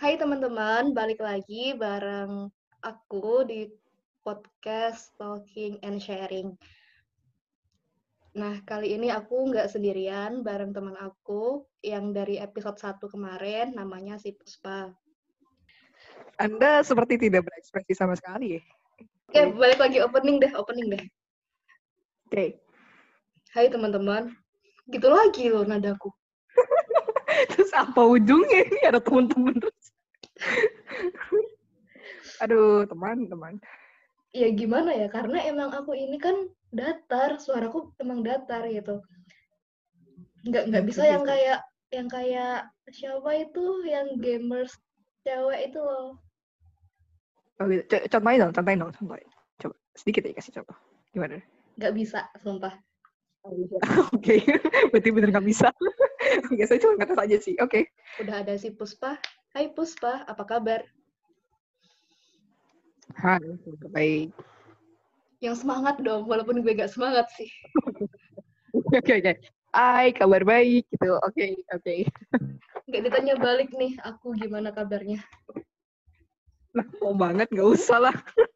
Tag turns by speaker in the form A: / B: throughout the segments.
A: Hai teman-teman, balik lagi bareng aku di podcast Talking and Sharing. Nah, kali ini aku nggak sendirian bareng teman aku yang dari episode 1 kemarin, namanya si Puspa.
B: Anda seperti tidak berekspresi sama sekali ya?
A: Oke, balik lagi opening deh.
B: Oke.
A: Hai teman-teman, gitu lagi loh nadaku.
B: Terus apa ujungnya ini ada teman-teman terus? Aduh, teman-teman.
A: Ya gimana ya, karena emang aku ini kan datar, suaraku emang datar gitu. Nggak bisa yang kayak siapa itu yang gamers cewek itu loh.
B: Oh, gitu. Contohin dong. Coba sedikit ya kasih contoh. Gimana?
A: Nggak bisa, sumpah.
B: Oke, berarti bener nggak bisa. Oke, saya cuma ngetes aja sih. Oke.
A: Udah ada si Puspa. Hai Puspa, apa kabar?
B: Hai, baik.
A: Yang semangat dong, walaupun gue gak semangat sih.
B: Oke. Hai, kabar baik gitu. Oke.
A: Nggak ditanya balik nih, aku gimana kabarnya.
B: Nah, mau banget nggak usah lah.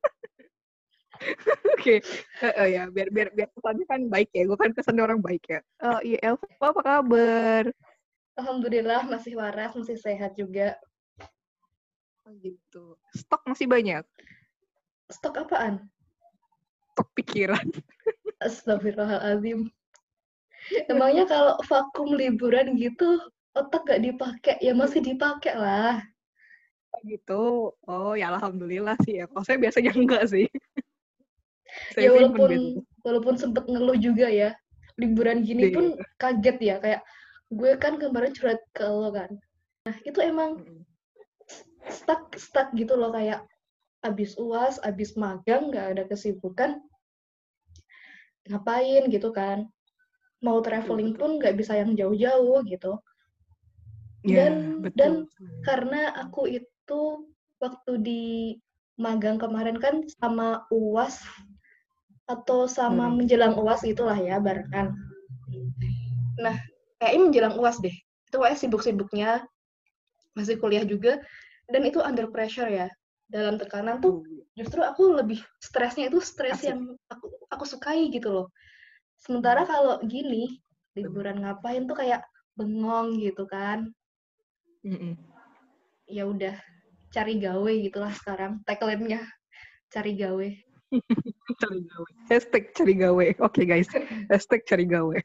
B: Oke. Ya, biar kesannya kan baik ya. Gue kan kesannya orang baik ya. Iya, Elva apa kabar?
A: Alhamdulillah masih waras, masih sehat juga.
B: Oh gitu. Stok masih banyak.
A: Stok apaan?
B: Stok pikiran.
A: Astagfirullahaladzim. Emangnya kalau vakum liburan gitu, otak gak dipakai? Ya masih dipakai lah.
B: Gitu. Oh ya alhamdulillah sih ya. Kalau saya biasanya enggak sih.
A: Ya
B: Saya simpen biasanya.
A: walaupun sempet ngeluh juga ya. Liburan gini pun kaget ya, kayak gue kan kemarin curhat ke lo kan. Nah, itu emang stuck gitu loh, kayak abis UAS, abis magang, nggak ada kesibukan, ngapain gitu kan. Mau traveling pun nggak bisa yang jauh-jauh gitu. Dan karena aku itu waktu di magang kemarin kan sama UAS atau sama menjelang UAS itulah ya, barengan. Nah, kayaknya menjelang UAS deh. Itu kayak sibuk-sibuknya, masih kuliah juga, dan itu under pressure ya. Dalam tekanan tuh justru aku lebih stresnya itu stres yang aku sukai gitu loh. Sementara kalau gini, liburan ngapain tuh kayak bengong gitu kan. Ya udah, cari gawe gitulah sekarang. Tagline-nya, cari gawe.
B: Cari gawe. #cari gawe. Oke guys, #cari gawe.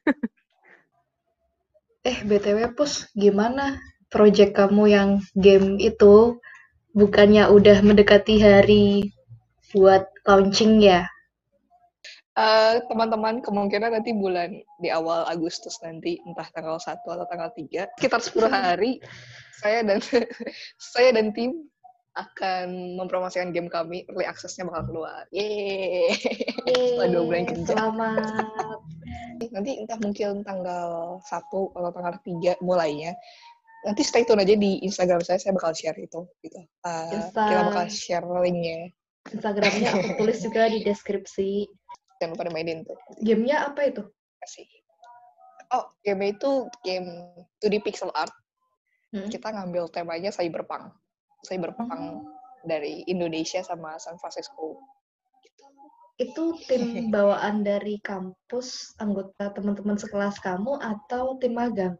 A: BTW Pus, gimana project kamu yang game itu? Bukannya udah mendekati hari buat launching ya?
B: Teman-teman, kemungkinan nanti bulan di awal Agustus nanti, entah tanggal 1 atau tanggal 3, sekitar 10 hari, saya dan tim akan mempromosikan game kami, early access-nya bakal keluar. Yeay! Setelah 2 bulan kerja.
A: Selamat.
B: Nanti entah mungkin tanggal 1 atau tanggal 3 mulainya. Nanti stay tune aja di Instagram saya bakal share itu. Gitu. Kita bakal share linknya.
A: Instagramnya aku tulis juga di deskripsi.
B: Jangan lupa mainin tuh.
A: Gamenya apa itu?
B: Kasih. Oh, game itu game 2D pixel art. Kita ngambil temanya cyberpunk. Dari Indonesia sama San Francisco. Gitu.
A: Itu tim bawaan dari kampus, anggota teman-teman sekelas kamu, atau tim magang?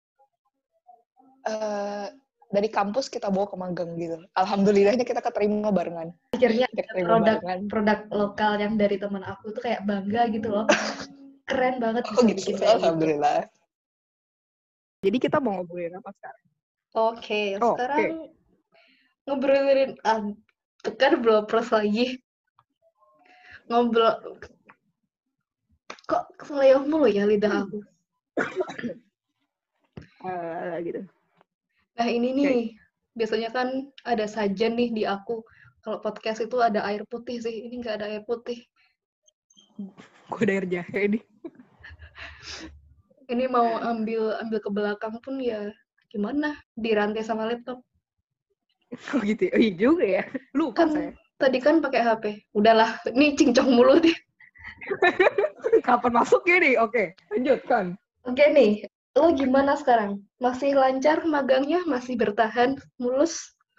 B: Dari kampus kita bawa ke magang gitu. Alhamdulillahnya kita keterima barengan.
A: Akhirnya produk lokal yang dari teman aku tuh kayak bangga gitu loh. Keren banget bisa bikin kayak
B: Alhamdulillah. Gitu. Jadi kita mau ngobrolin apa sekarang?
A: Oke, sekarang ngobrolin kan blopers lagi. Ngobrol kok seleo mulu ya lidah aku.
B: Gitu.
A: Nah ini nih, biasanya kan ada sajian nih di aku. Kalau podcast itu ada air putih sih, ini nggak ada air putih.
B: Gue ada air jahe nih.
A: Ini mau ambil ke belakang pun ya gimana? Dirantai sama laptop.
B: Oh gitu ya? Oh iya juga ya. Lupa
A: kan,
B: saya.
A: Tadi kan pakai HP. Udahlah, ini cincong mulu deh.
B: Kapan masuknya nih? Oke, lanjutkan.
A: Oke nih, lo gimana sekarang? Masih lancar magangnya? Masih bertahan? Mulus?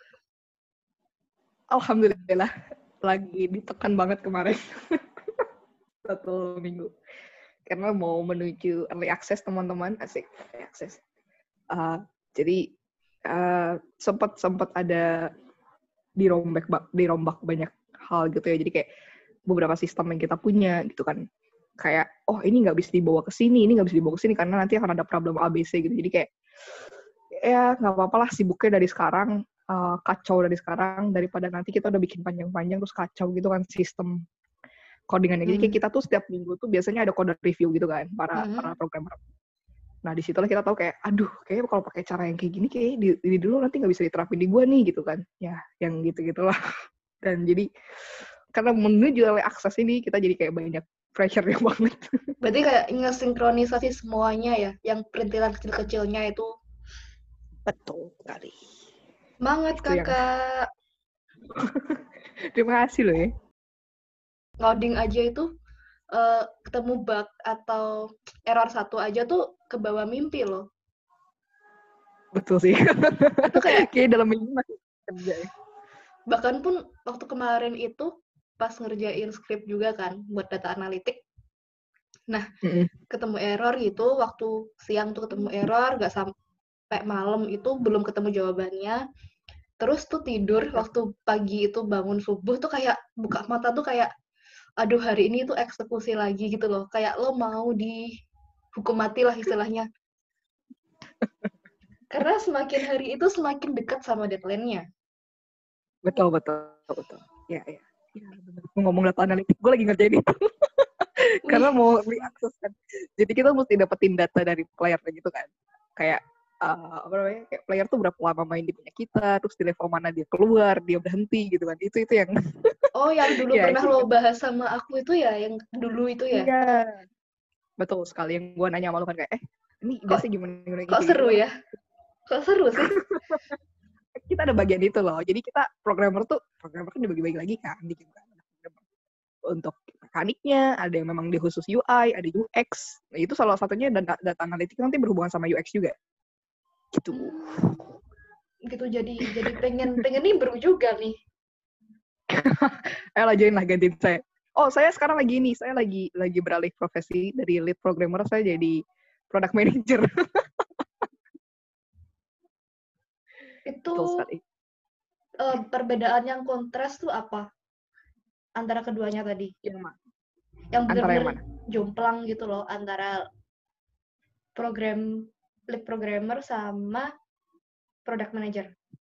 B: Alhamdulillah lagi ditekan banget kemarin 1 minggu karena mau menuju early access teman-teman, asik early access. Jadi sempat ada dirombak banyak hal gitu ya. Jadi kayak beberapa sistem yang kita punya gitu kan, kayak ini nggak bisa dibawa ke sini, ini nggak bisa dibawa ke sini karena nanti akan ada problem ABC gitu. Jadi kayak ya nggak apa-apa lah, sibuknya dari sekarang, kacau dari sekarang daripada nanti kita udah bikin panjang-panjang terus kacau gitu kan sistem codingannya. Jadi kayak kita tuh setiap minggu tuh biasanya ada code review gitu kan para programmer. Nah disitulah kita tahu kayak kayaknya kalau pakai cara yang kayak gini kayak di dulu nanti nggak bisa diterapin di gua nih gitu kan ya, yang gitu-gitulah. Dan jadi karena menuju early access ini kita jadi kayak banyak pressure-nya banget.
A: Berarti kayak ngesinkronisasi semuanya ya, yang perintilan kecil-kecilnya itu.
B: Betul sekali.
A: Semangat kakak.
B: Terima kasih loh ya.
A: Ngoding aja itu ketemu bug atau error satu aja tuh ke bawah mimpi loh.
B: Betul sih.
A: Itu kayak
B: dalam minggu masih kerja ya.
A: Bahkan pun waktu kemarin itu pas ngerjain skrip juga kan buat data analitik. Nah, ketemu error gitu, waktu siang tuh ketemu error, gak sampai malam itu belum ketemu jawabannya. Terus tuh tidur, waktu pagi itu bangun subuh tuh kayak buka mata tuh kayak, aduh hari ini tuh eksekusi lagi gitu loh. Kayak lo mau dihukum mati lah istilahnya. Karena semakin hari itu semakin dekat sama deadline-nya.
B: Betul. Ya. Ngomong data analitik, gue lagi ngerjain itu. Karena mau reakses kan. Jadi kita mesti dapetin data dari player gitu kan. Kayak kayak player tuh berapa lama main di punya kita, terus di level mana dia keluar, dia berhenti gitu kan. Itu yang
A: yang dulu pernah lo bahas sama aku itu ya, yang dulu itu ya?
B: Iya. Betul sekali, yang gue nanya sama lo kan kayak, ini biasanya gimana
A: kok seru ya? Kok seru sih?
B: Kita ada bagian itu loh. Jadi kita programmer kan dibagi-bagi lagi kan. Untuk mekaniknya, ada yang memang di khusus UI, ada UX. Nah, itu salah satunya, dan data analitik nanti berhubungan sama UX juga. Gitu.
A: Gitu, jadi pengen nimbrung juga nih.
B: Ayo join lah, gantiin saya. Saya sekarang saya lagi beralih profesi dari lead programmer, saya jadi product manager.
A: Itu perbedaan yang kontras tuh apa? Antara keduanya tadi? Yang benar-benar jomplang gitu loh, antara lead programmer sama product manager.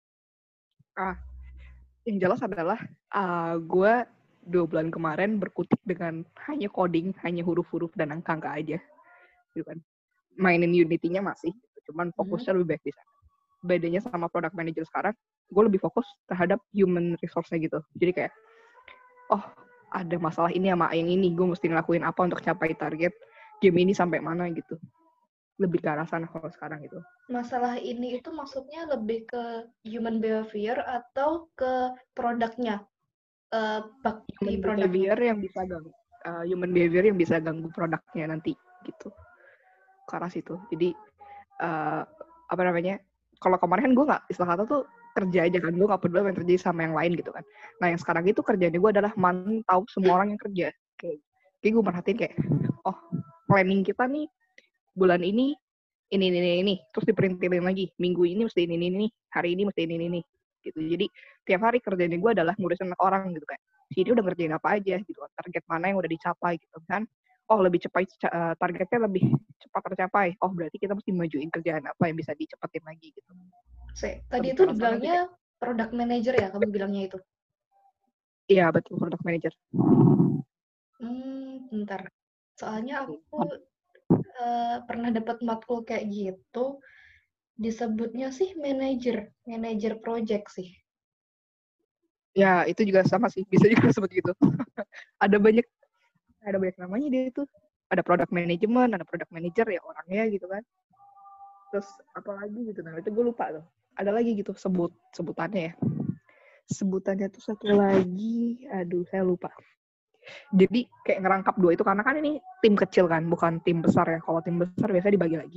B: Yang jelas adalah gue 2 bulan kemarin berkutik dengan hanya coding, hanya huruf-huruf dan angka-angka aja. Gitu kan. Mainin Unity-nya masih, cuman fokusnya lebih baik di sana. Bedanya sama product manager sekarang, gue lebih fokus terhadap human resource-nya gitu. Jadi kayak, ada masalah ini sama yang ini, gue mesti ngelakuin apa untuk capai target game ini sampai mana gitu. Lebih ke arah sana kalau sekarang gitu.
A: Masalah ini itu maksudnya lebih ke human behavior atau ke produknya?
B: Human behavior yang bisa ganggu produknya nanti gitu. Ke arah situ. Jadi kalau kemarin kan gue nggak, istilah kata tuh kerja aja kan, gue nggak peduli yang terjadi sama yang lain gitu kan. Nah yang sekarang itu kerjanya gue adalah mantau semua orang yang kerja. Kayak gue merhatiin kayak, planning kita nih bulan ini terus diperintilin lagi, minggu ini mesti ini, hari ini mesti ini gitu. Jadi tiap hari kerjanya gue adalah ngurusin orang gitu kan. Jadi udah ngerjain apa aja gitu, target mana yang udah dicapai gitu kan. Lebih cepat, targetnya lebih cepat tercapai. Berarti kita mesti majuin kerjaan apa yang bisa dicepetin lagi gitu.
A: Tadi itu dibilangnya product manager ya, kamu bilangnya itu?
B: Iya, betul, product manager.
A: Bentar. Soalnya aku pernah dapat matkul kayak gitu, disebutnya sih manager project sih.
B: Ya, itu juga sama sih, bisa juga disebut gitu. ada banyak namanya dia itu. Ada product management, ada product manager ya orangnya gitu kan. Terus apa lagi gitu, nah itu gue lupa tuh. Ada lagi gitu sebutannya ya. Sebutannya tuh satu lagi, aduh saya lupa. Jadi kayak ngerangkap dua itu, karena kan ini tim kecil kan, bukan tim besar ya. Kalau tim besar biasanya dibagi lagi.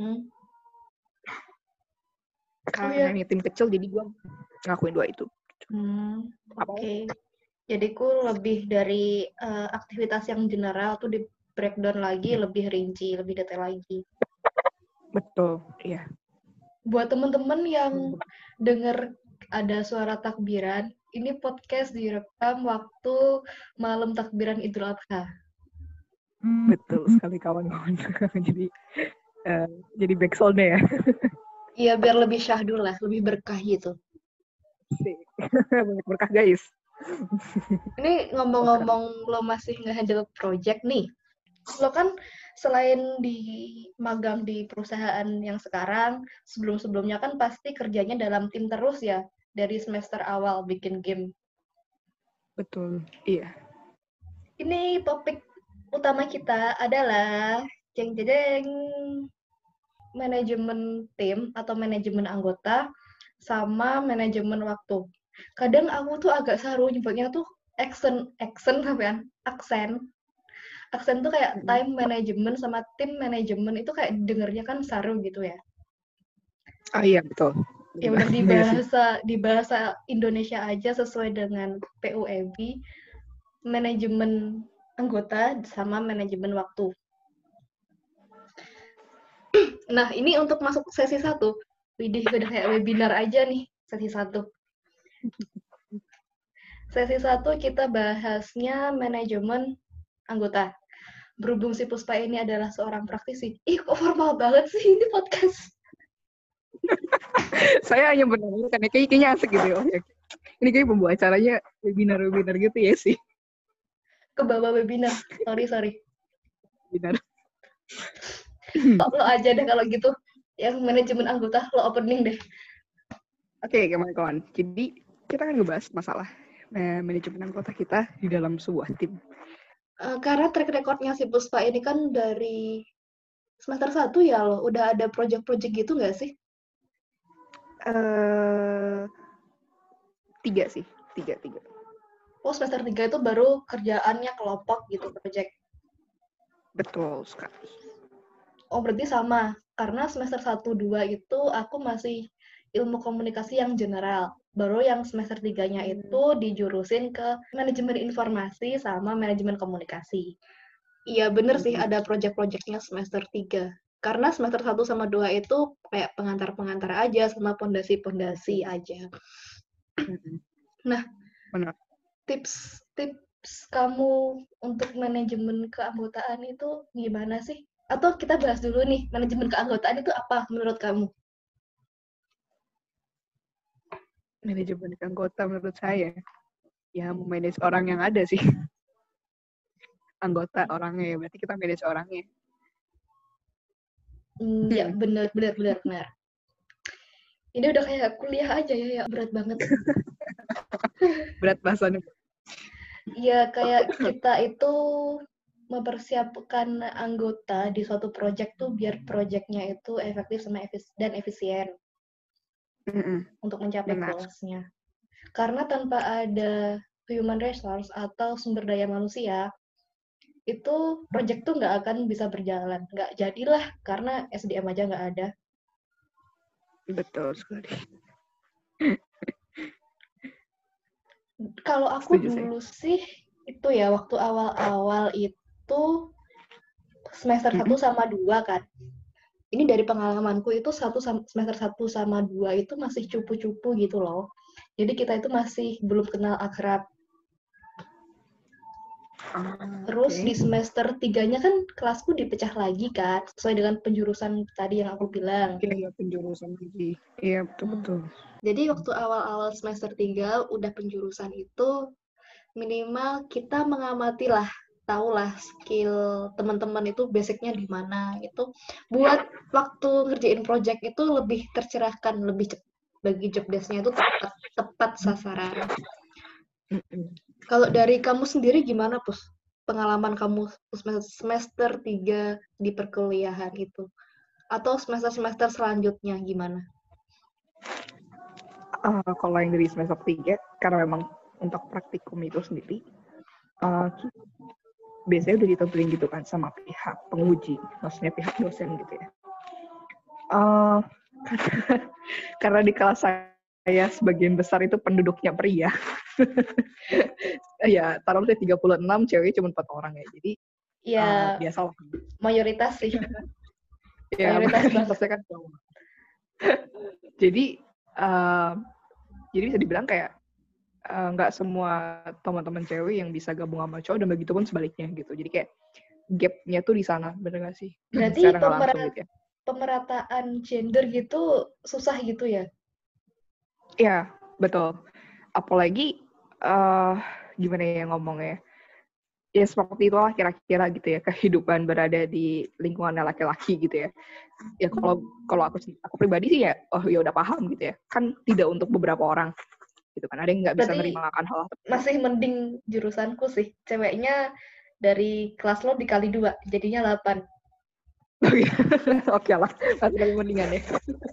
B: Karena ini tim kecil, jadi gue ngakuin dua itu. Apa?
A: Oke. Jadi ku lebih dari aktivitas yang general tuh di breakdown lagi, lebih rinci, lebih detail lagi.
B: Betul, iya.
A: Buat teman-teman yang denger ada suara takbiran, ini podcast direkam waktu malam takbiran Idul Adha.
B: Betul sekali kawan-kawan. jadi back sound-nya ya.
A: Iya, biar lebih syahdu lah, lebih berkah gitu.
B: Banyak berkah guys.
A: Ini ngomong-ngomong lo masih nge-handle project nih. Lo kan selain di magang di perusahaan yang sekarang, sebelum-sebelumnya kan pasti kerjanya dalam tim terus ya, dari semester awal bikin game.
B: Betul, iya.
A: Ini topik utama kita adalah jeng jeng manajemen tim atau manajemen anggota sama manajemen waktu. Kadang aku tuh agak saru nyebutnya tuh aksen tuh kayak time management sama tim management itu kayak dengernya kan saru gitu ya.
B: Iya betul.
A: Ya udah di bahasa Indonesia aja sesuai dengan PUEB, manajemen anggota sama manajemen waktu. Nah, ini untuk masuk sesi 1. Widih, udah kayak webinar aja nih, sesi 1. Sesi 1 kita bahasnya manajemen anggota. Berhubung si Puspa ini adalah seorang praktisi. Ih, kok formal banget sih ini podcast.
B: Saya hanya benar kan kayaknya asik gitu ya. Ini kayak pembawa acaranya webinar gitu ya sih.
A: Ke bawah webinar. Sorry.
B: Webinar.
A: Lo aja deh kalau gitu. Yang manajemen anggota, lo opening deh.
B: Oke, kawan-kawan. Jadi, kita akan ngebahas masalah manajemen anggota kita di dalam sebuah tim.
A: Karena track recordnya si Puspa ini kan dari semester 1 ya lo. Udah ada project-project gitu nggak sih?
B: 3 sih. 3.
A: Oh, semester 3 itu baru kerjaannya kelompok gitu, project.
B: Betul sekali.
A: Oh, berarti sama. Karena semester 1-2 itu aku masih ilmu komunikasi yang general. Baru yang semester 3-nya itu dijurusin ke manajemen informasi sama manajemen komunikasi. Iya, bener sih ada project-projectnya semester 3. Karena semester 1 sama 2 itu kayak pengantar-pengantar aja sama pondasi-pondasi aja. Nah,
B: benar.
A: tips kamu untuk manajemen keanggotaan itu gimana sih? Atau kita bahas dulu nih, manajemen keanggotaan itu apa menurut kamu?
B: Manajemen anggota menurut saya ya memanage orang yang ada sih. Anggota orangnya ya, berarti kita manage orangnya.
A: Ya, benar. Ini udah kayak kuliah aja ya, berat banget.
B: Berat bahasanya.
A: Ya, kayak kita itu mempersiapkan anggota di suatu project tuh biar projectnya itu efektif sama dan efisien untuk mencapai goals-nya. Karena tanpa ada human resource atau sumber daya manusia, itu project tuh nggak akan bisa berjalan. Nggak jadilah, karena SDM aja nggak ada.
B: Betul sekali.
A: Kalau aku dulu sih, itu ya, waktu awal-awal itu semester 1 sama 2 kan. Ini dari pengalamanku itu semester 1 sama 2 itu masih cupu-cupu gitu loh. Jadi kita itu masih belum kenal akrab. Terus di semester 3-nya kan kelasku dipecah lagi kan, sesuai dengan penjurusan tadi yang aku bilang.
B: Iya, penjurusan lagi. Iya, betul.
A: Jadi waktu awal-awal semester 3 udah penjurusan itu, minimal kita mengamati lah, tahulah skill teman-teman itu basicnya di mana itu. Buat waktu ngerjain project itu lebih tercerahkan, lebih cepat. Bagi job desk-nya itu tepat sasaran. Kalau dari kamu sendiri gimana, Pus? Pengalaman kamu semester 3 di perkuliahan itu? Atau semester-semester selanjutnya gimana?
B: Kalau yang dari semester 3, karena memang untuk praktikum itu sendiri, biasanya udah ditentuin gitu kan sama pihak penguji, maksudnya pihak dosen gitu ya. Karena di kelas saya saya sebagian besar itu penduduknya pria. Ya, taruh deh 36, cewek cuma 4 orang ya. Jadi
A: Ya,
B: biasa lah.
A: mayoritas sih.
B: Ya,
A: Mayoritas banget.
B: mayoritasnya kan cowok. Jadi bisa dibilang kayak nggak semua teman-teman cewek yang bisa gabung sama cowok dan begitu pun sebaliknya gitu. Jadi kayak gap-nya tuh di sana, bener nggak sih?
A: Berarti
B: Secara nggak langsung gitu ya.
A: pemerataan gender gitu susah gitu ya?
B: Iya, betul. Apalagi gimana ya ngomongnya? Ya seperti itulah kira-kira gitu ya kehidupan berada di lingkungannya laki-laki gitu ya. Ya kalau aku pribadi sih ya, oh ya udah paham gitu ya. Kan tidak untuk beberapa orang gitu kan. Ada yang nggak bisa
A: Berarti
B: nerima akan hal tersebut.
A: masih mending jurusanku sih. Ceweknya dari kelas lo dikali 2, jadinya 8.
B: Oke lah, masih lebih mendingan ya.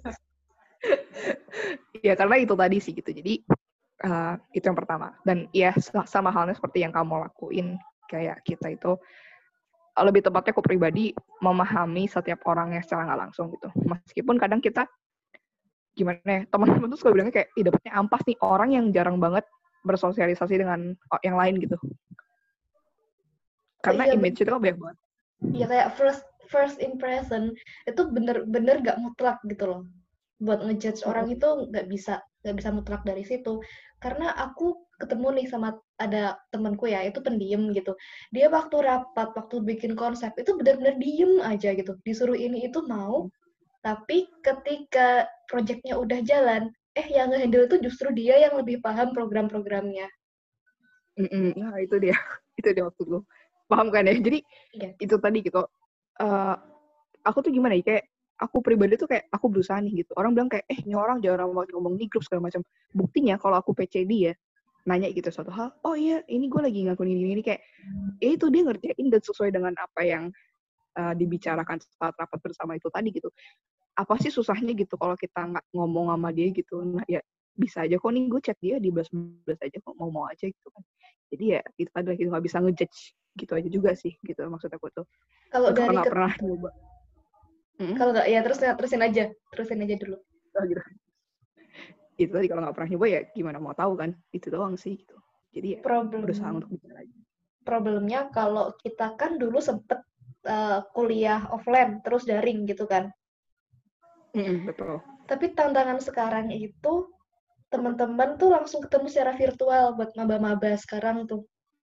B: Ya karena itu tadi sih gitu. Jadi itu yang pertama. Dan ya sama halnya seperti yang kamu lakuin, kayak kita itu lebih tepatnya aku pribadi memahami setiap orangnya secara nggak langsung gitu. Meskipun kadang kita gimana ya, teman-teman tuh suka bilangnya kayak dapetnya ampas nih orang yang jarang banget bersosialisasi dengan yang lain gitu. Karena
A: Iya,
B: image itu kan banyak banget.
A: iya kayak first impression itu bener-bener gak mutlak gitu loh. Buat ngejudge orang itu nggak bisa mutlak dari situ. Karena aku ketemu nih sama ada temanku ya, itu pendiam gitu. Dia waktu rapat, waktu bikin konsep itu benar-benar diem aja gitu. Disuruh ini itu mau, tapi ketika proyeknya udah jalan, yang nge-handle itu justru dia yang lebih paham program-programnya.
B: Nah itu dia, itu dia maksud gue. Paham kan ya? Jadi
A: Iya.
B: itu tadi gitu. Aku tuh gimana ya, kayak aku pribadi tuh kayak aku berusaha nih gitu. Orang bilang kayak, ini orang jarang banget ngomong di grup segala macam. Buktinya kalau aku PC dia, nanya gitu suatu hal, oh iya ini gue lagi ngakuin ini kayak, itu dia ngerjain dan sesuai dengan apa yang dibicarakan saat rapat bersama itu tadi gitu. Apa sih susahnya gitu kalau kita nggak ngomong sama dia gitu. Nah ya bisa aja kok nih gue chat dia di belas aja kok mau aja gitu kan. Jadi ya itu tadi gitu, nggak bisa ngejudge gitu aja juga sih gitu maksud aku tuh.
A: Kalau
B: Kalau
A: dari
B: nggak pernah nyoba.
A: kalau nggak ya terusin aja dulu.
B: Oh, gitu. Itu tadi kalau nggak pernah nyoba ya gimana mau tahu kan, itu doang sih gitu. Jadi ya berusaha untuk bicara aja.
A: Problemnya kalau kita kan dulu sempet kuliah offline terus daring gitu kan.
B: Betul.
A: Tapi tantangan sekarang itu teman-teman tuh langsung ketemu secara virtual buat maba-maba sekarang tuh.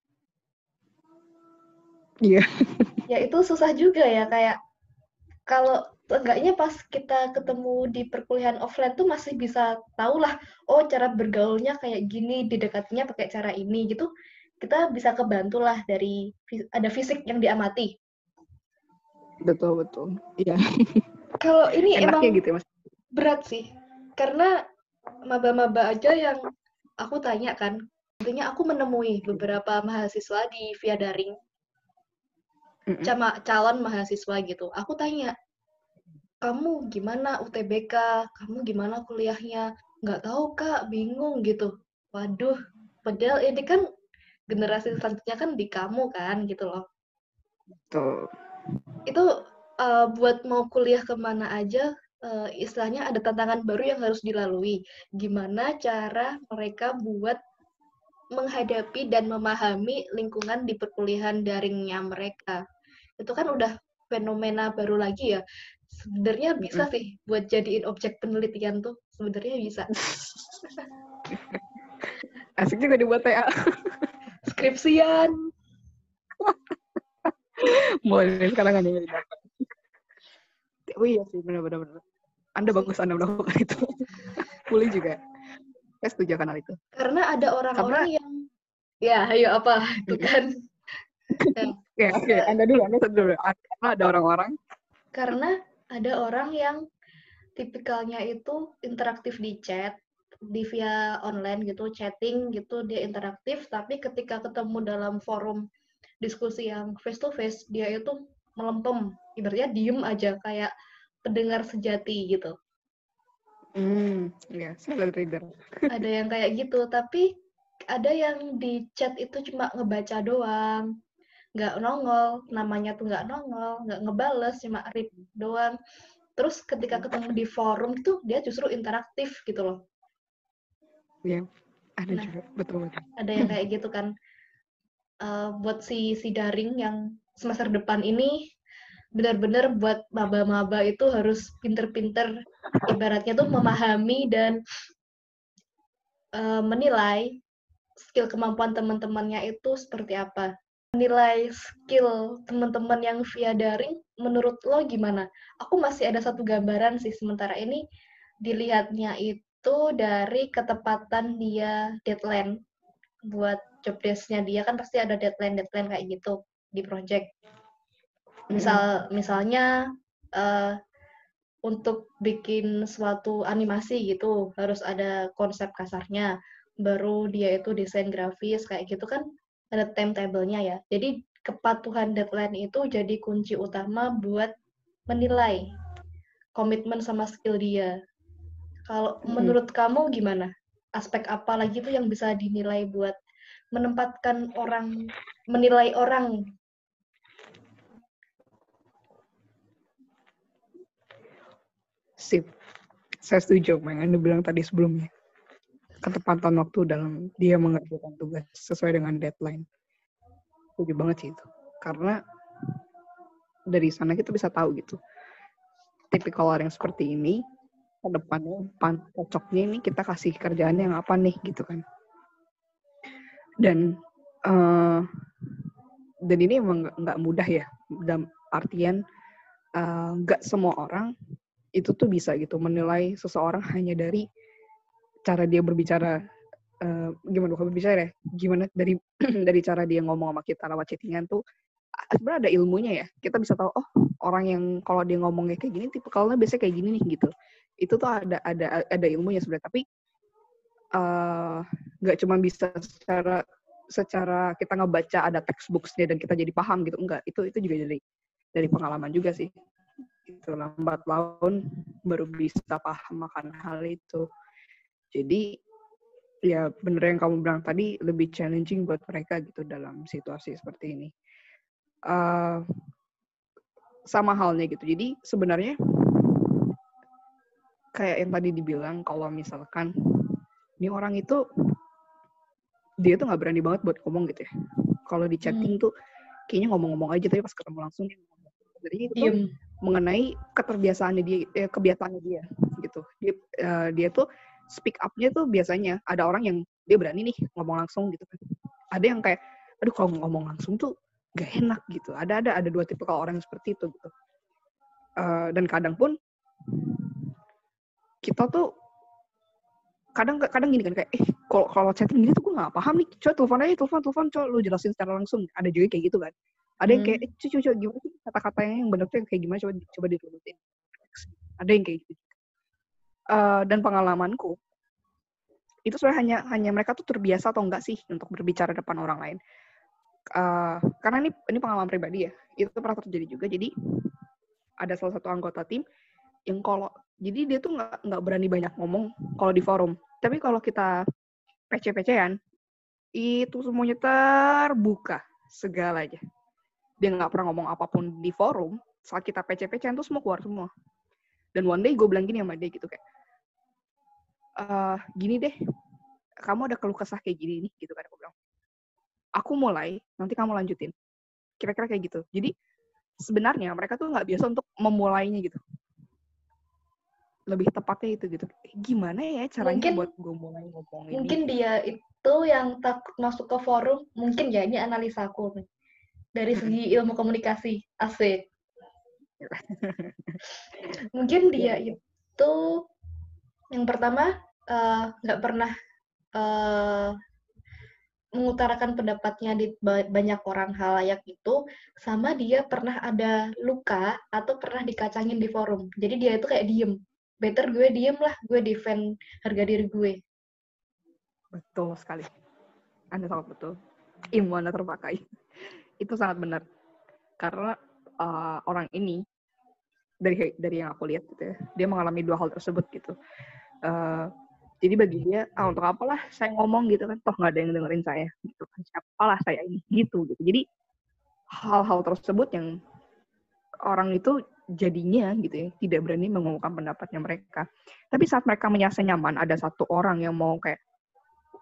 B: Iya.
A: Ya itu susah juga ya, kayak kalau enggaknya pas kita ketemu di perkuliahan offline tuh masih bisa tahu lah, oh cara bergaulnya kayak gini, didekatinya pakai cara ini gitu. Kita bisa kebantu lah dari ada fisik yang diamati.
B: Betul. Iya.
A: Kalau ini
B: Enaknya
A: emang
B: gitu ya Mas.
A: berat sih, karena maba-maba aja yang aku tanya kan, intinya aku menemui beberapa mahasiswa di via daring, sama calon mahasiswa gitu. Aku tanya, kamu gimana UTBK? Kamu gimana kuliahnya? Nggak tahu kak, bingung gitu. Waduh, padahal ini kan generasi selanjutnya kan di kamu kan gitu loh.
B: Betul.
A: Itu buat mau kuliah kemana aja, istilahnya ada tantangan baru yang harus dilalui. Gimana cara mereka buat menghadapi dan memahami lingkungan di perkuliahan daringnya mereka. Itu kan udah fenomena baru lagi ya. Sebenarnya bisa sih buat jadiin objek penelitian tuh. Sebenarnya bisa.
B: Asik juga dibuat TA.
A: Skripsian.
B: Mulai sekarang kan yang dapat. Oh iya sih, benar. Anda bagus Anda melakukan itu. Boleh juga. Saya setuju akan hal itu.
A: Karena ada orang-orang yang ya, ayo apa itu kan.
B: Oke. Anda dulu. Karena ada orang-orang.
A: Karena ada orang yang tipikalnya itu interaktif di chat, di via online gitu, chatting gitu, dia interaktif, tapi ketika ketemu dalam forum diskusi yang face to face, dia itu melempem, ibaratnya diem aja kayak pendengar sejati gitu.
B: Ya, silent reader.
A: Ada yang kayak gitu, tapi ada yang di chat itu cuma ngebaca doang, nggak nongol, namanya tuh nggak nongol, nggak ngebales, cuma read doang. Terus ketika ketemu di forum tuh dia justru interaktif gitu loh.
B: Ya, ada
A: Nah,
B: juga, betul.
A: ada yang kayak gitu kan. Buat si daring yang semester depan ini benar-benar buat maba-maba itu harus pinter-pinter, ibaratnya tuh memahami dan menilai skill kemampuan teman-temannya itu seperti apa. Menilai skill teman-teman yang via daring, menurut lo gimana? Aku masih ada satu gambaran sih sementara ini, dilihatnya itu dari ketepatan dia deadline buat job desk-nya dia kan pasti ada deadline kayak gitu di project. Misalnya untuk bikin suatu animasi gitu harus ada konsep kasarnya, baru dia itu desain grafis kayak gitu kan ada timetable-nya ya. Jadi kepatuhan deadline itu jadi kunci utama buat menilai komitmen sama skill dia. Kalau menurut kamu gimana? Aspek apa lagi tuh yang bisa dinilai buat menempatkan orang, menilai orang?
B: Sip. Saya setuju sama yang Anda bilang tadi sebelumnya. Ketepatan waktu dalam dia mengerjakan tugas sesuai dengan deadline. Setuju banget sih itu. Karena dari sana kita bisa tahu gitu. Tipikal orang yang seperti ini, ke depannya, cocoknya ini kita kasih kerjaan yang apa nih gitu kan. Dan ini emang nggak mudah ya. Dalam artian nggak semua orang itu tuh bisa gitu menilai seseorang hanya dari cara dia berbicara, gimana bukan berbicara ya, gimana dari dari cara dia ngomong sama kita lewat chattingan tuh sebenarnya ada ilmunya ya. Kita bisa tahu oh orang yang kalau dia ngomongnya kayak gini tipikalnya biasanya kayak gini nih gitu. Itu tuh ada ilmunya sebenarnya, tapi nggak cuma bisa secara kita ngebaca ada textbooks-nya dan kita jadi paham gitu, enggak. Itu juga dari pengalaman juga sih. Itu lambat laun baru bisa paham akan hal itu. Jadi ya bener yang kamu bilang tadi, lebih challenging buat mereka gitu dalam situasi seperti ini. Sama halnya gitu. Jadi sebenarnya kayak yang tadi dibilang kalau misalkan ini orang itu dia tuh nggak berani banget buat ngomong gitu ya. Kalau di chatting tuh kayaknya ngomong-ngomong aja, tapi pas ketemu langsung dia ngomong. Jadi itu tuh mengenai kebiasaannya dia gitu. Dia tuh speak up-nya tuh biasanya ada orang yang dia berani nih ngomong langsung gitu kan. Ada yang kayak aduh kalau ngomong langsung tuh gak enak gitu. Ada dua tipe orang seperti itu gitu. Dan kadang pun kita tuh kadang gini kan kayak kalau chatting gini tuh gue nggak paham nih, coba telepon coba lu jelasin secara langsung. Ada juga kayak gitu kan. Ada yang kayak coba gimana sih kata-katanya yang benar tuh yang kayak gimana, coba diturutin. Ada yang kayak gitu. Dan pengalamanku itu sebenarnya hanya mereka tuh terbiasa atau enggak sih untuk berbicara depan orang lain. Karena ini pengalaman pribadi ya, itu pernah terjadi juga. Jadi ada salah satu anggota tim yang jadi dia tuh nggak berani banyak ngomong kalau di forum. Tapi kalau kita PC-PC-an, itu semuanya terbuka segalanya. Dia nggak pernah ngomong apapun di forum. Saat kita PC-PC-an tuh semua keluar semua. Dan one day gue bilang gini sama dia gitu kayak, gini deh, kamu ada keluh kesah kayak gini nih gitu kan, aku bilang. Aku mulai, nanti kamu lanjutin. Kira-kira kayak gitu. Jadi sebenarnya mereka tuh nggak biasa untuk memulainya gitu. Lebih tepatnya itu gitu. Gimana ya caranya buat gue mulai ngomong ini?
A: Mungkin dia itu yang takut masuk ke forum. Mungkin ya, ini analisa aku nih. Dari segi ilmu komunikasi. Asik. Mungkin dia itu yang pertama nggak pernah mengutarakan pendapatnya di banyak orang halayak itu, sama dia pernah ada luka atau pernah dikacangin di forum. Jadi dia itu kayak diem. Better gue diem lah, gue defend harga diri gue.
B: Betul sekali. Anda sangat betul. Ilmu Anda terpakai. Itu sangat benar. Karena orang ini, dari yang aku lihat gitu ya, dia mengalami dua hal tersebut gitu. Jadi bagi dia, untuk apalah saya ngomong gitu kan, toh nggak ada yang dengerin saya gitu kan, siapalah saya ini gitu. Jadi hal-hal tersebut yang orang itu jadinya gitu ya tidak berani mengungkapkan pendapatnya mereka. Tapi saat mereka merasa nyaman, ada satu orang yang mau kayak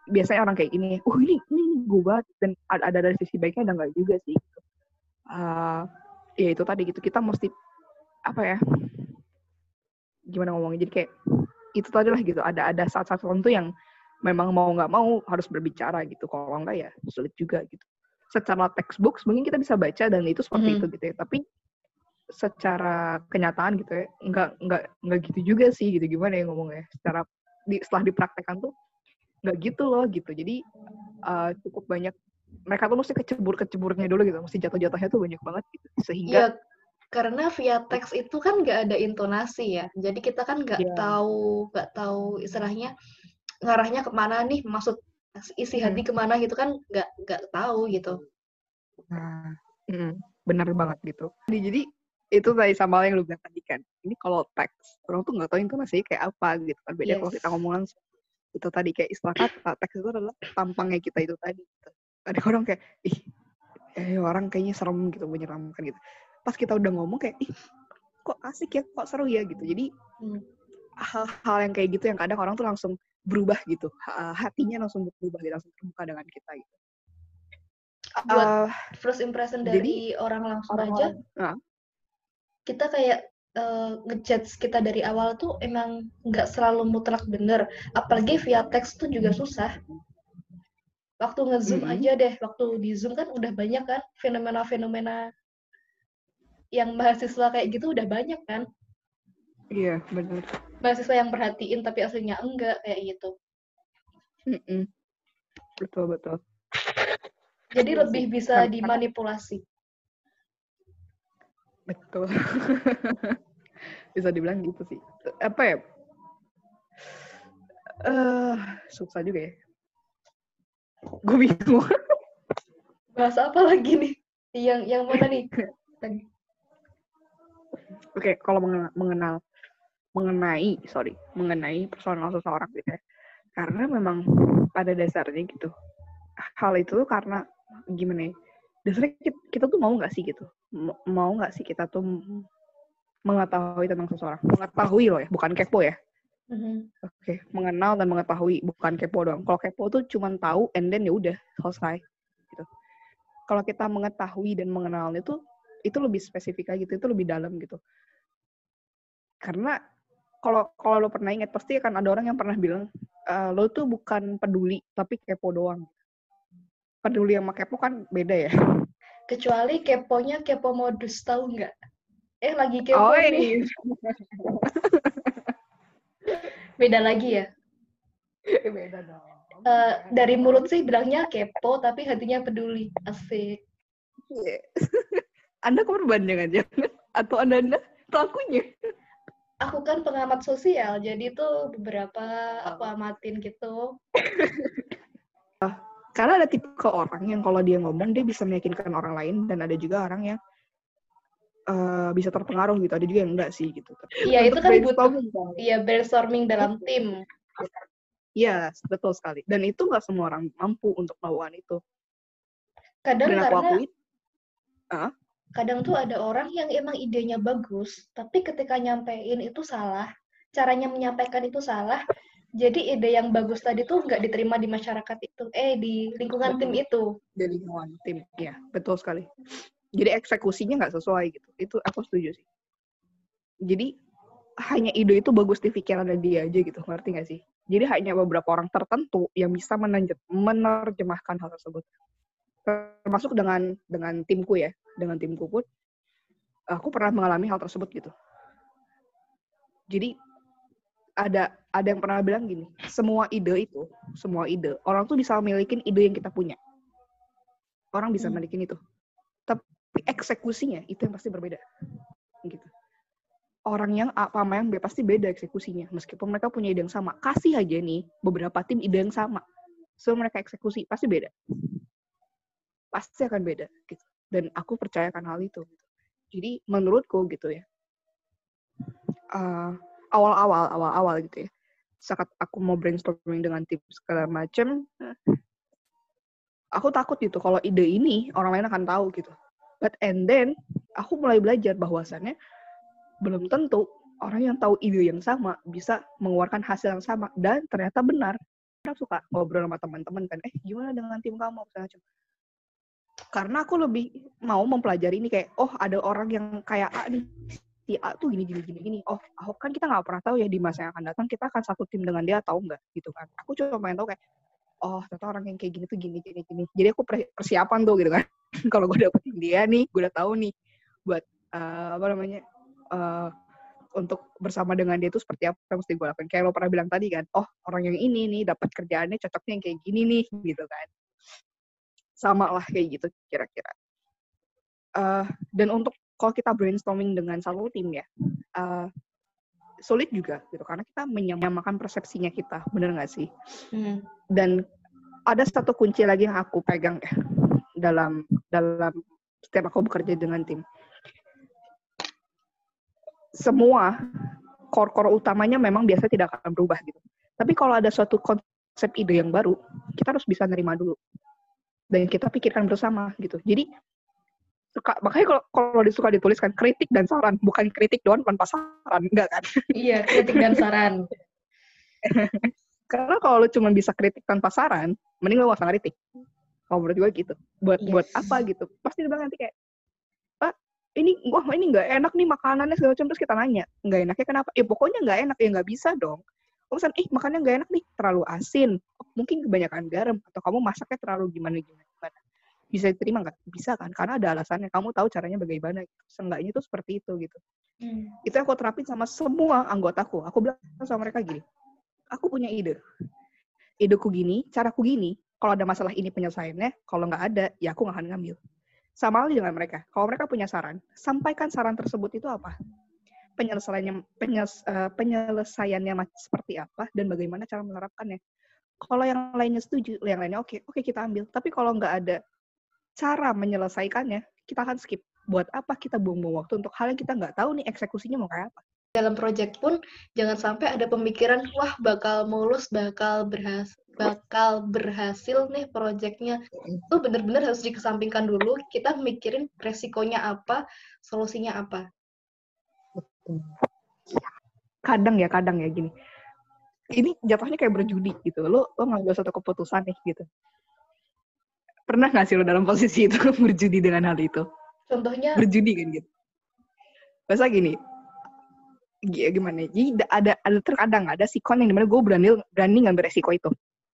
B: biasanya orang kayak gini, ini gue banget, dan ada dari sisi baiknya, ada nggak juga sih. Ya itu tadi gitu, kita mesti apa ya, gimana ngomongnya, jadi kayak itu tadi lah gitu, ada saat-saat tertentu yang memang mau nggak mau harus berbicara gitu, kalau enggak ya sulit juga gitu. Secara textbook mungkin kita bisa baca dan itu seperti itu gitu ya, tapi secara kenyataan gitu ya nggak gitu juga sih gitu, gimana ya ngomongnya, setelah dipraktekkan tuh nggak gitu loh gitu. Jadi cukup banyak, mereka tuh mesti kecebur-keceburnya dulu gitu, mesti jatuh-jatuhnya tuh banyak banget gitu, sehingga
A: Ya, karena via teks itu kan nggak ada intonasi ya, jadi kita kan nggak tahu istilahnya ngarahnya kemana nih, maksud isi hati kemana gitu kan nggak tahu gitu.
B: Nah, benar banget gitu. Jadi itu tadi sama yang lu bilang tadi kan, ini kalau teks orang tuh nggak tahu intonasinya kayak apa gitu kan, beda kalau kita ngomong langsung. Itu tadi kayak istilah kata, teks itu adalah tampangnya kita itu tadi gitu. Ada orang kayak orang kayaknya serem gitu, menyeramkan gitu. Pas kita udah ngomong kayak kok asik ya, kok seru ya gitu. Jadi hal-hal yang kayak gitu yang kadang orang tuh langsung berubah gitu, hatinya langsung berubah gitu, langsung terbuka dengan kita gitu.
A: Buat first impression dari orang langsung aja, kita kayak ngejudge kita dari awal tuh emang nggak selalu mutlak bener, apalagi via teks tuh juga susah. Waktu nge-zoom aja deh, waktu di Zoom kan udah banyak kan fenomena-fenomena yang mahasiswa kayak gitu, udah banyak kan.
B: Iya, benar.
A: Mahasiswa yang perhatiin tapi aslinya enggak, kayak gitu.
B: Betul.
A: Jadi ya lebih bisa dimanipulasi.
B: Betul. Bisa dibilang gitu sih. Apa ya? Susah juga ya. Gue bingung.
A: Bahas apa lagi nih? Yang mana nih?
B: Oke, kalau mengenai personal seseorang gitu ya. Karena memang pada dasarnya gitu, hal itu tuh karena gimana ya, dasarnya kita tuh mau nggak sih gitu, mau nggak sih kita tuh mengetahui tentang seseorang, mengetahui loh ya, bukan kepo ya. Oke, mengenal dan mengetahui, bukan kepo doang. Kalau kepo tuh cuma tahu and then ya udah selesai gitu. Kalau kita mengetahui dan mengenal itu lebih spesifik aja gitu, itu lebih dalam gitu. Karena kalau lo pernah ingat, pasti akan ada orang yang pernah bilang, lo tuh bukan peduli, tapi kepo doang. Peduli sama kepo kan beda ya.
A: Kecuali keponya kepo modus, tahu nggak? Lagi kepo nih. Beda lagi ya?
B: Beda dong.
A: Dari mulut sih bilangnya kepo, tapi hatinya peduli. Asik.
B: Anda korban jangan-jangan? Atau Anda pelakunya?
A: Aku kan pengamat sosial, jadi tuh beberapa aku amatin gitu.
B: Karena ada tipe orang yang kalau dia ngomong, dia bisa meyakinkan orang lain, dan ada juga orang yang bisa terpengaruh gitu. Ada juga yang enggak sih gitu.
A: Iya, itu kan butuh brainstorming dalam tim.
B: Iya, betul sekali. Dan itu nggak semua orang mampu untuk melakukan itu.
A: Kadang kadang tuh ada orang yang emang idenya bagus, tapi ketika nyampein itu salah, caranya menyampaikan itu salah, jadi ide yang bagus tadi tuh nggak diterima di masyarakat itu, di lingkungan tim itu.
B: Di lingkungan tim, ya betul sekali. Jadi eksekusinya nggak sesuai gitu. Itu aku setuju sih. Jadi hanya ide itu bagus di pikiran dia aja gitu, ngerti nggak sih? Jadi hanya beberapa orang tertentu yang bisa menerjemahkan hal tersebut. Termasuk dengan timku ya, dengan timku pun aku pernah mengalami hal tersebut gitu. Jadi ada yang pernah bilang gini, semua ide orang tuh bisa memiliki ide yang kita punya. Orang bisa memiliki itu. Tapi eksekusinya itu yang pasti berbeda. Gitu. Orang yang A sama yang B pasti beda eksekusinya. Meskipun mereka punya ide yang sama. Kasih aja nih beberapa tim ide yang sama. So mereka eksekusi pasti beda. Pasti akan beda gitu. Dan aku percayakan hal itu. Jadi menurutku gitu ya. Awal-awal gitu ya. Saat aku mau brainstorming dengan tim segala macam, aku takut gitu kalau ide ini orang lain akan tahu gitu. But and then aku mulai belajar bahwasannya belum tentu orang yang tahu ide yang sama bisa mengeluarkan hasil yang sama, dan ternyata benar. suka ngobrol sama teman-teman kan, gimana dengan tim kamu, segala macam. Karena aku lebih mau mempelajari ini kayak, oh ada orang yang kayak A nih, si A tuh gini. Oh, kan kita nggak pernah tahu ya di masa yang akan datang kita akan satu tim dengan dia atau enggak gitu kan. Aku cuma pengen tahu kayak, oh ternyata orang yang kayak gini tuh gini. Jadi aku persiapan tuh gitu kan. Kalau gue dapetin dia nih, gue udah tahu nih buat untuk bersama dengan dia tuh seperti apa yang mesti gue lakuin. Kayak lo pernah bilang tadi kan, oh orang yang ini nih dapat kerjaannya cocoknya yang kayak gini nih gitu kan. Sama lah kayak gitu kira-kira. Dan untuk kalau kita brainstorming dengan satu tim ya, sulit juga gitu karena kita menyamakan persepsinya kita, bener nggak sih? Dan ada satu kunci lagi yang aku pegang ya dalam setiap aku bekerja dengan tim. Semua core utamanya memang biasa tidak akan berubah gitu. Tapi kalau ada suatu konsep ide yang baru, kita harus bisa nerima dulu dan kita pikirkan bersama gitu. Jadi makanya kalau suka dituliskan kritik dan saran, bukan kritik doang tanpa saran, enggak kan?
A: Iya, kritik dan saran.
B: Karena kalau lu cuma bisa kritik tanpa saran, mending lu gak usah kritik. Kalau menurut gue gitu. Buat apa gitu? Pasti dia bilang nanti kayak, ini nggak enak nih makanannya segala macam, terus kita nanya, nggak enaknya kenapa? Ya pokoknya nggak enak, ya nggak bisa dong. Kamu pesan, makannya nggak enak nih, terlalu asin, mungkin kebanyakan garam, atau kamu masaknya terlalu gimana. Bisa diterima nggak? Bisa kan? Karena ada alasannya. Kamu tahu caranya bagaimana. Seenggaknya itu seperti itu gitu. Itu aku terapin sama semua anggotaku. Aku bilang sama mereka gini, aku punya ide. Ideku gini, caraku gini. Kalau ada masalah ini penyelesaiannya, kalau nggak ada, ya aku nggak akan ngambil. Sama halnya dengan mereka. Kalau mereka punya saran, sampaikan saran tersebut itu apa. Penyelesaiannya seperti apa, dan bagaimana cara menerapkannya. Kalau yang lainnya setuju, yang lainnya oke kita ambil. Tapi kalau nggak ada cara menyelesaikannya, kita akan skip. Buat apa kita buang-buang waktu untuk hal yang kita nggak tahu nih eksekusinya mau kayak apa.
A: Dalam proyek pun jangan sampai ada pemikiran, wah bakal mulus, bakal berhasil nih proyeknya. Itu benar-benar harus dikesampingkan dulu. Kita mikirin resikonya apa, solusinya apa.
B: Kadang ya gini. Ini jatuhnya kayak berjudi gitu. Lo ngambil satu keputusan nih gitu. Pernah nggak sih lo dalam posisi itu berjudi dengan hal itu?
A: Contohnya?
B: Berjudi kan gitu. Masa gini, gimana? Jadi ada terkadang ada sikon yang dimana gue berani ngambil resiko itu.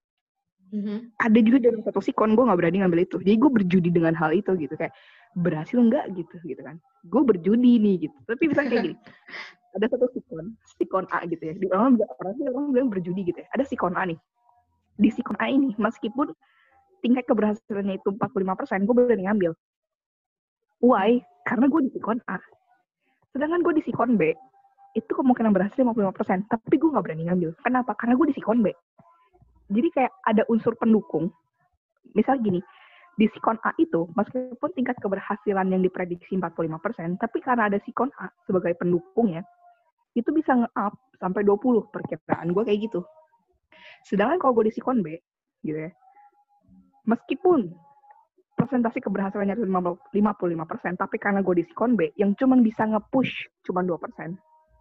B: Ada juga dalam satu sikon gue nggak berani ngambil itu. Jadi gue berjudi dengan hal itu gitu, kayak berhasil nggak gitu kan? Gue berjudi nih gitu. Tapi bisa kayak gini. Ada satu sikon A gitu ya. Orang bilang berjudi gitu ya. Ada sikon A nih. Di sikon A ini meskipun tingkat keberhasilannya itu 45%, gue berani ngambil. Why? Karena gue di sikon A. Sedangkan gue di sikon B, itu kemungkinan berhasil 55%, tapi gue nggak berani ngambil. Kenapa? Karena gue di sikon B. Jadi kayak ada unsur pendukung. Misal gini, di sikon A itu, meskipun tingkat keberhasilan yang diprediksi 45%, tapi karena ada sikon A sebagai pendukungnya, itu bisa nge-up sampai 20 perkiraan gue kayak gitu. Sedangkan kalau gue di sikon B, gitu ya, meskipun presentasi keberhasilannya 55%, tapi karena gue di sikon B, yang cuma bisa nge-push cuma 2%,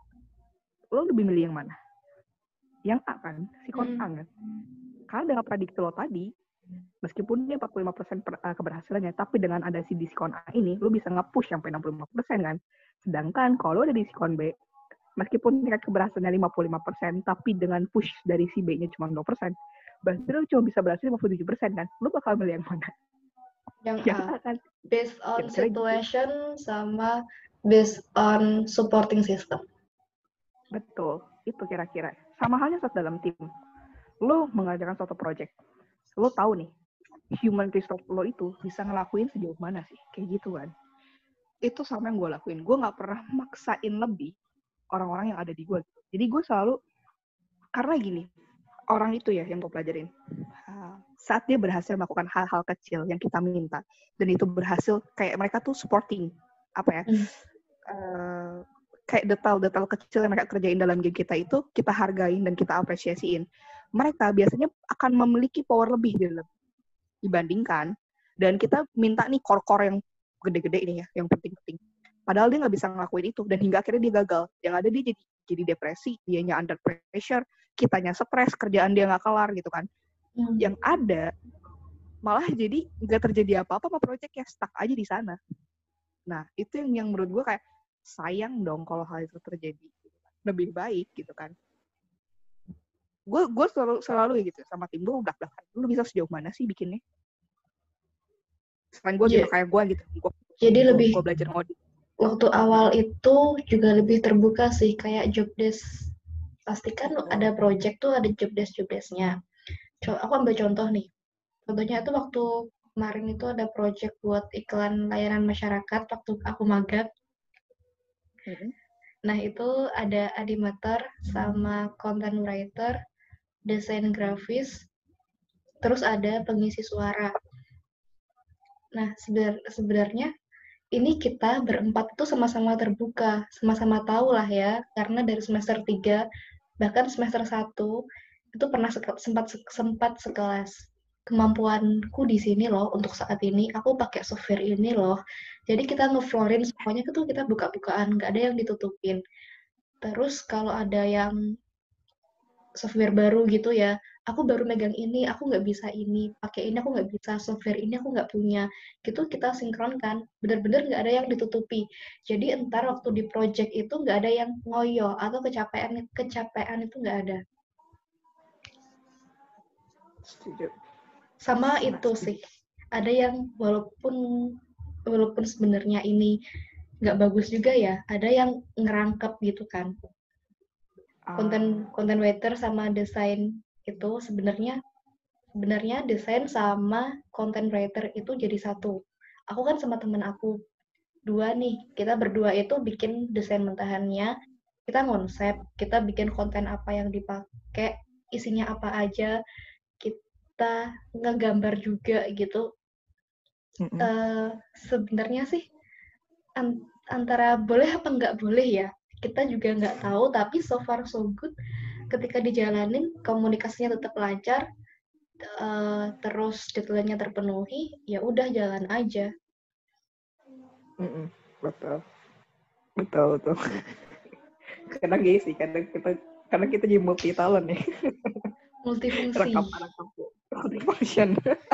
B: lo lebih milih yang mana? Yang A kan, sikon A kan? Karena dengan prediksi lo tadi, meskipun dia 45% keberhasilannya, tapi dengan ada si diskon A ini, lo bisa nge-push sampai 65% kan? Sedangkan kalau lo ada di diskon B, meskipun tingkat keberhasilannya 55%, tapi dengan push dari si B-nya cuma 2%, berarti lo cuma bisa berhasil 57% kan? Lo bakal milih yang mana?
A: Yang A, kan? Based on situation gitu. Sama based on supporting system.
B: Betul, itu kira-kira. Sama halnya saat dalam tim. Lo mengerjakan suatu project, lo tahu nih, human resource lo itu bisa ngelakuin sejauh mana sih, kayak gitu kan. Itu sama yang gue lakuin. Gue gak pernah maksain lebih orang-orang yang ada di gue. Jadi gue selalu, karena gini, orang itu ya yang gue pelajarin, saat dia berhasil melakukan hal-hal kecil yang kita minta, dan itu berhasil, kayak mereka tuh supporting, kayak detail-detail kecil yang mereka kerjain dalam game kita itu, kita hargain dan kita apresiasiin. Mereka biasanya akan memiliki power lebih dibandingkan, dan kita minta nih core-core yang gede-gede ini ya, yang penting-penting. Padahal dia nggak bisa ngelakuin itu, dan hingga akhirnya dia gagal. Yang ada dia jadi depresi, dianya under pressure, kitanya stres, kerjaan dia nggak kelar gitu kan. Yang ada malah jadi nggak terjadi apa-apa sama project ya, stuck aja di sana. Nah itu yang menurut gue kayak sayang dong kalau hal itu terjadi. Lebih baik gitu kan. Gue selalu gitu sama tim gue belak-belakan. Lu bisa sejauh mana sih bikinnya? Selain gue gitu kayak gue gitu.
A: Jadi lebih
B: gue belajar ngoding.
A: Waktu awal itu juga lebih terbuka sih, kayak job desk. Pastikan ada project tuh ada job desk-nya. Aku ambil contoh nih. Contohnya itu waktu kemarin itu ada project buat iklan layanan masyarakat waktu aku magang. Nah itu ada animator sama content writer, desain grafis, terus ada pengisi suara. Nah sebenarnya ini kita berempat tuh sama-sama terbuka, sama-sama tahu lah ya, karena dari semester 3, bahkan semester 1, itu pernah sempat sekelas. Kemampuanku di sini loh, untuk saat ini, aku pakai software ini loh. Jadi kita ngeflorin semuanya itu kita buka-bukaan, nggak ada yang ditutupin. Terus kalau ada yang software baru gitu ya, aku baru megang ini, aku nggak bisa ini, pakai ini aku nggak bisa, software ini aku nggak punya, gitu kita sinkronkan, bener-bener nggak ada yang ditutupi. Jadi entar waktu di project itu nggak ada yang ngoyo atau kecapean itu nggak ada.
B: Setuju.
A: Sama itu sih, ada yang walaupun sebenarnya ini nggak bagus juga ya, ada yang ngerangkep gitu kan. Konten writer sama desain itu sebenarnya desain sama content writer itu jadi satu. Aku kan sama temen aku dua nih, kita berdua itu bikin desain mentahannya, kita konsep, kita bikin konten apa yang dipakai, isinya apa aja, kita ngegambar juga gitu. Sebenarnya sih antara boleh apa nggak boleh ya, kita juga nggak tahu, tapi so far so good. Ketika dijalanin, komunikasinya tetap lancar, terus deadline-nya terpenuhi, ya udah jalan aja.
B: Betul. Kadang gini sih, karena kita jadi multi talent ya.
A: Multifungsi.
B: Rangkap multifunction.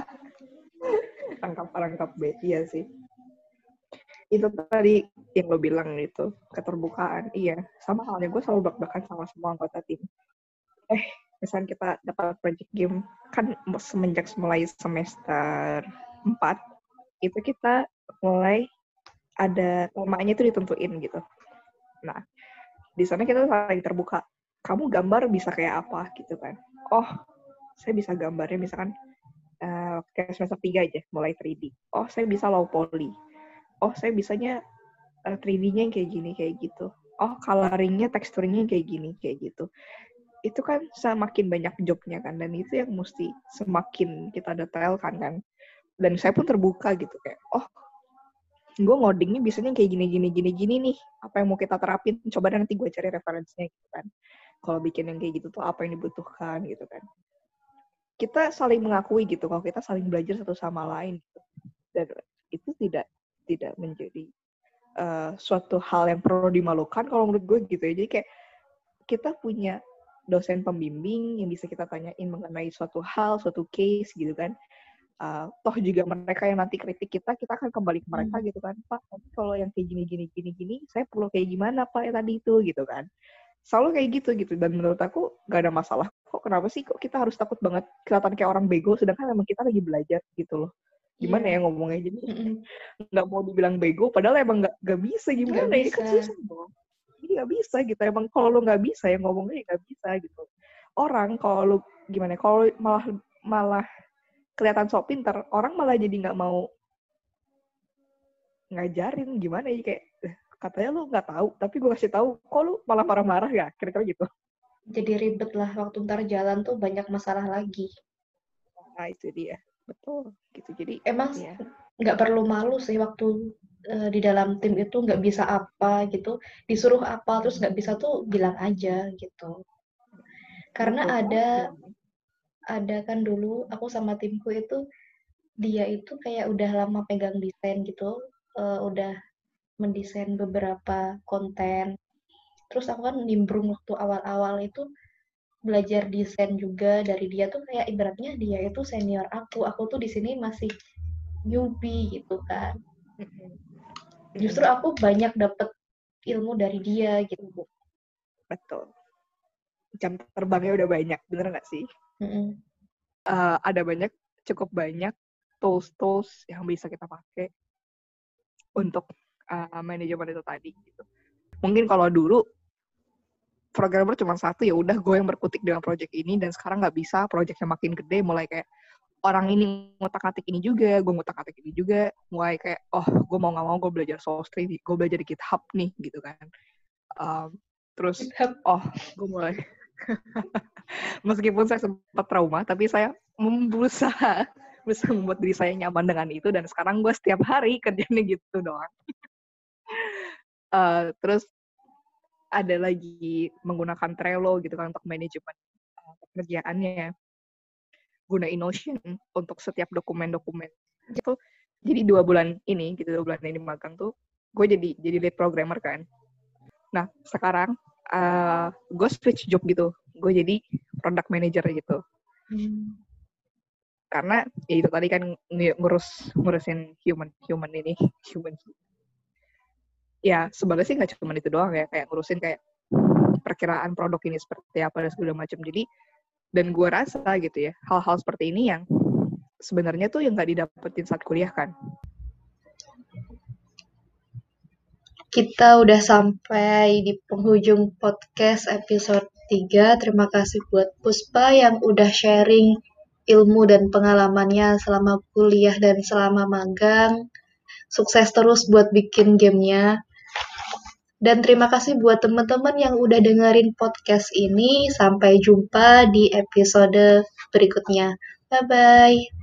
B: Rangkap B, iya sih. Itu tadi yang lo bilang itu, keterbukaan. Iya, sama halnya gue selalu bak-bakan sama semua anggota tim. Misalnya kita dapat project game, kan semenjak mulai semester 4, itu kita mulai ada temanya itu ditentuin gitu. Nah, di sana kita saling terbuka. Kamu gambar bisa kayak apa gitu kan. Oh, saya bisa gambarnya misalkan kayak semester 3 aja, mulai 3D. Oh, saya bisa low poly. Oh, saya bisanya 3D-nya yang kayak gini, kayak gitu. Oh, coloring-nya, teksturnya kayak gini, kayak gitu. Itu kan semakin banyak jobnya kan, dan itu yang mesti semakin kita detailkan kan. Dan saya pun terbuka gitu, kayak, oh, gue ngodingnya biasanya kayak gini nih. Apa yang mau kita terapin? Coba nanti gue cari referensinya gitu kan. Kalau bikin yang kayak gitu tuh apa yang dibutuhkan gitu kan. Kita saling mengakui gitu, kalau kita saling belajar satu sama lain gitu. Dan itu tidak menjadi suatu hal yang perlu dimalukan kalau menurut gue gitu ya. Jadi kayak kita punya dosen pembimbing yang bisa kita tanyain mengenai suatu hal, suatu case gitu kan. Toh juga mereka yang nanti kritik kita akan kembali ke mereka gitu kan. Pak, tapi kalau yang kayak gini, saya perlu kayak gimana Pak ya tadi itu gitu kan. Selalu kayak gitu. Dan menurut aku gak ada masalah kok. Kenapa sih kok kita harus takut banget kelihatan kayak orang bego, sedangkan memang kita lagi belajar gitu loh. Gimana ya ngomongnya, jadi nggak mau dibilang bego padahal emang nggak bisa, gimana ya, kan susah dong. Jadi nggak bisa gitu, emang kalau lu nggak bisa ya ngomongnya nggak bisa gitu. Orang kalau lu gimana, kalau malah kelihatan sok pinter, orang malah jadi nggak mau ngajarin, gimana ya, kayak katanya lu nggak tahu tapi gue kasih tahu, kok lu malah marah-marah ya, kira-kira gitu.
A: Jadi ribet lah, waktu ntar jalan tuh banyak masalah lagi.
B: Nah itu dia, betul gitu. Jadi
A: emang nggak perlu malu sih waktu di dalam tim itu nggak bisa apa gitu, disuruh apa terus nggak bisa tuh bilang aja gitu. Karena ada kan dulu aku sama timku itu, dia itu kayak udah lama pegang desain gitu, udah mendesain beberapa konten. Terus aku kan nimbrung waktu awal-awal itu, belajar desain juga dari dia tuh kayak ibaratnya dia itu senior aku tuh di sini masih newbie gitu kan. Justru aku banyak dapet ilmu dari dia gitu.
B: Betul. Jam terbangnya udah banyak, bener nggak sih? Ada cukup banyak tools yang bisa kita pakai untuk manajemen itu tadi. Gitu. Mungkin kalau dulu programmer cuma satu, ya udah gue yang berkutik dengan project ini, dan sekarang nggak bisa, projectnya makin gede, mulai kayak orang ini ngutak-atik ini juga, gue ngutak-atik ini juga, mulai kayak gue mau nggak mau gue belajar Source3, gue belajar di GitHub nih gitu kan. Terus gue mulai meskipun saya sempat trauma, tapi saya berusaha membuat diri saya nyaman dengan itu, dan sekarang gue setiap hari kerjanya gitu doang. Terus ada lagi menggunakan Trello gitu kan untuk manajemen pekerjaannya, gunain Notion untuk setiap dokumen-dokumen gitu. Jadi 2 bulan ini magang tuh gue jadi lead programmer kan. Nah sekarang gue switch job gitu, gue jadi product manager gitu. Karena ya itu tadi kan ngurusin human ya sebenarnya sih nggak cuma itu doang ya, kayak ngurusin kayak perkiraan produk ini seperti apa dan segala macam. Jadi dan gue rasa gitu ya, hal-hal seperti ini yang sebenarnya tuh yang nggak didapetin saat kuliah kan.
A: Kita udah sampai di penghujung podcast episode 3. Terima kasih buat Puspa yang udah sharing ilmu dan pengalamannya selama kuliah dan selama magang. Sukses terus buat bikin gamenya. Dan terima kasih buat teman-teman yang udah dengerin podcast ini. Sampai jumpa di episode berikutnya. Bye-bye.